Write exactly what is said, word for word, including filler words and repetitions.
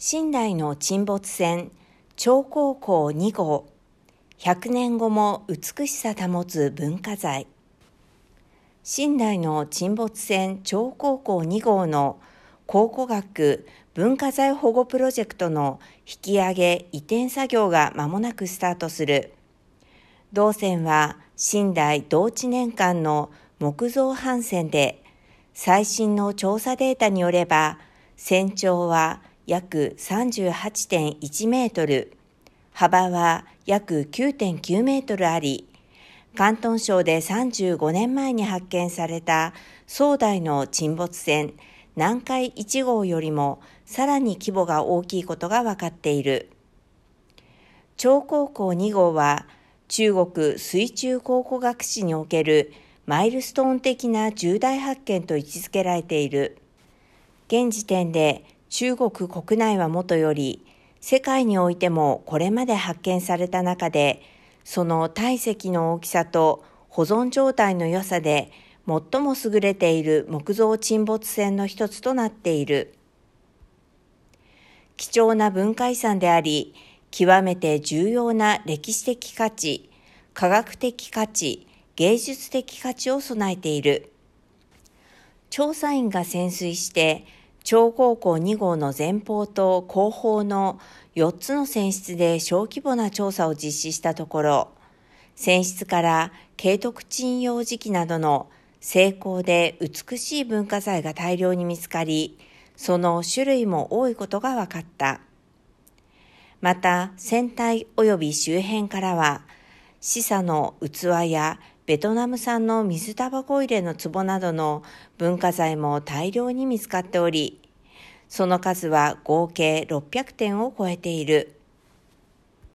寝台の沈没船長江港に号、ひゃくねんごも美しさ保つ文化財。寝台の沈没船長江港に号の考古学文化財保護プロジェクトの引き上げ移転作業が間もなくスタートする。同船は寝台同地年間の木造帆船で、最新の調査データによれば、船長は約 さんじゅうはちてんいちメートル、幅は約 きゅうてんきゅうメートルあり、広東省でさんじゅうごねんまえに発見された宋代の沈没船南海いち号よりもさらに規模が大きいことが分かっている。長江港に号は中国水中考古学史におけるマイルストーン的な重大発見と位置づけられている。現時点で中国国内はもとより、世界においてもこれまで発見された中で、その体積の大きさと保存状態の良さで最も優れている木造沈没船の一つとなっている。貴重な文化遺産であり、極めて重要な歴史的価値、科学的価値、芸術的価値を備えている。調査員が潜水して、長江港に号の前方と後方のよっつの船室で小規模な調査を実施したところ、船室から景徳鎮洋磁器などの精巧で美しい文化財が大量に見つかり、その種類も多いことが分かった。また、船体及び周辺からは、示唆の器やベトナム産の水タバコ入れの壺などの文化財も大量に見つかっており、その数は合計ろっぴゃくてんを超えている。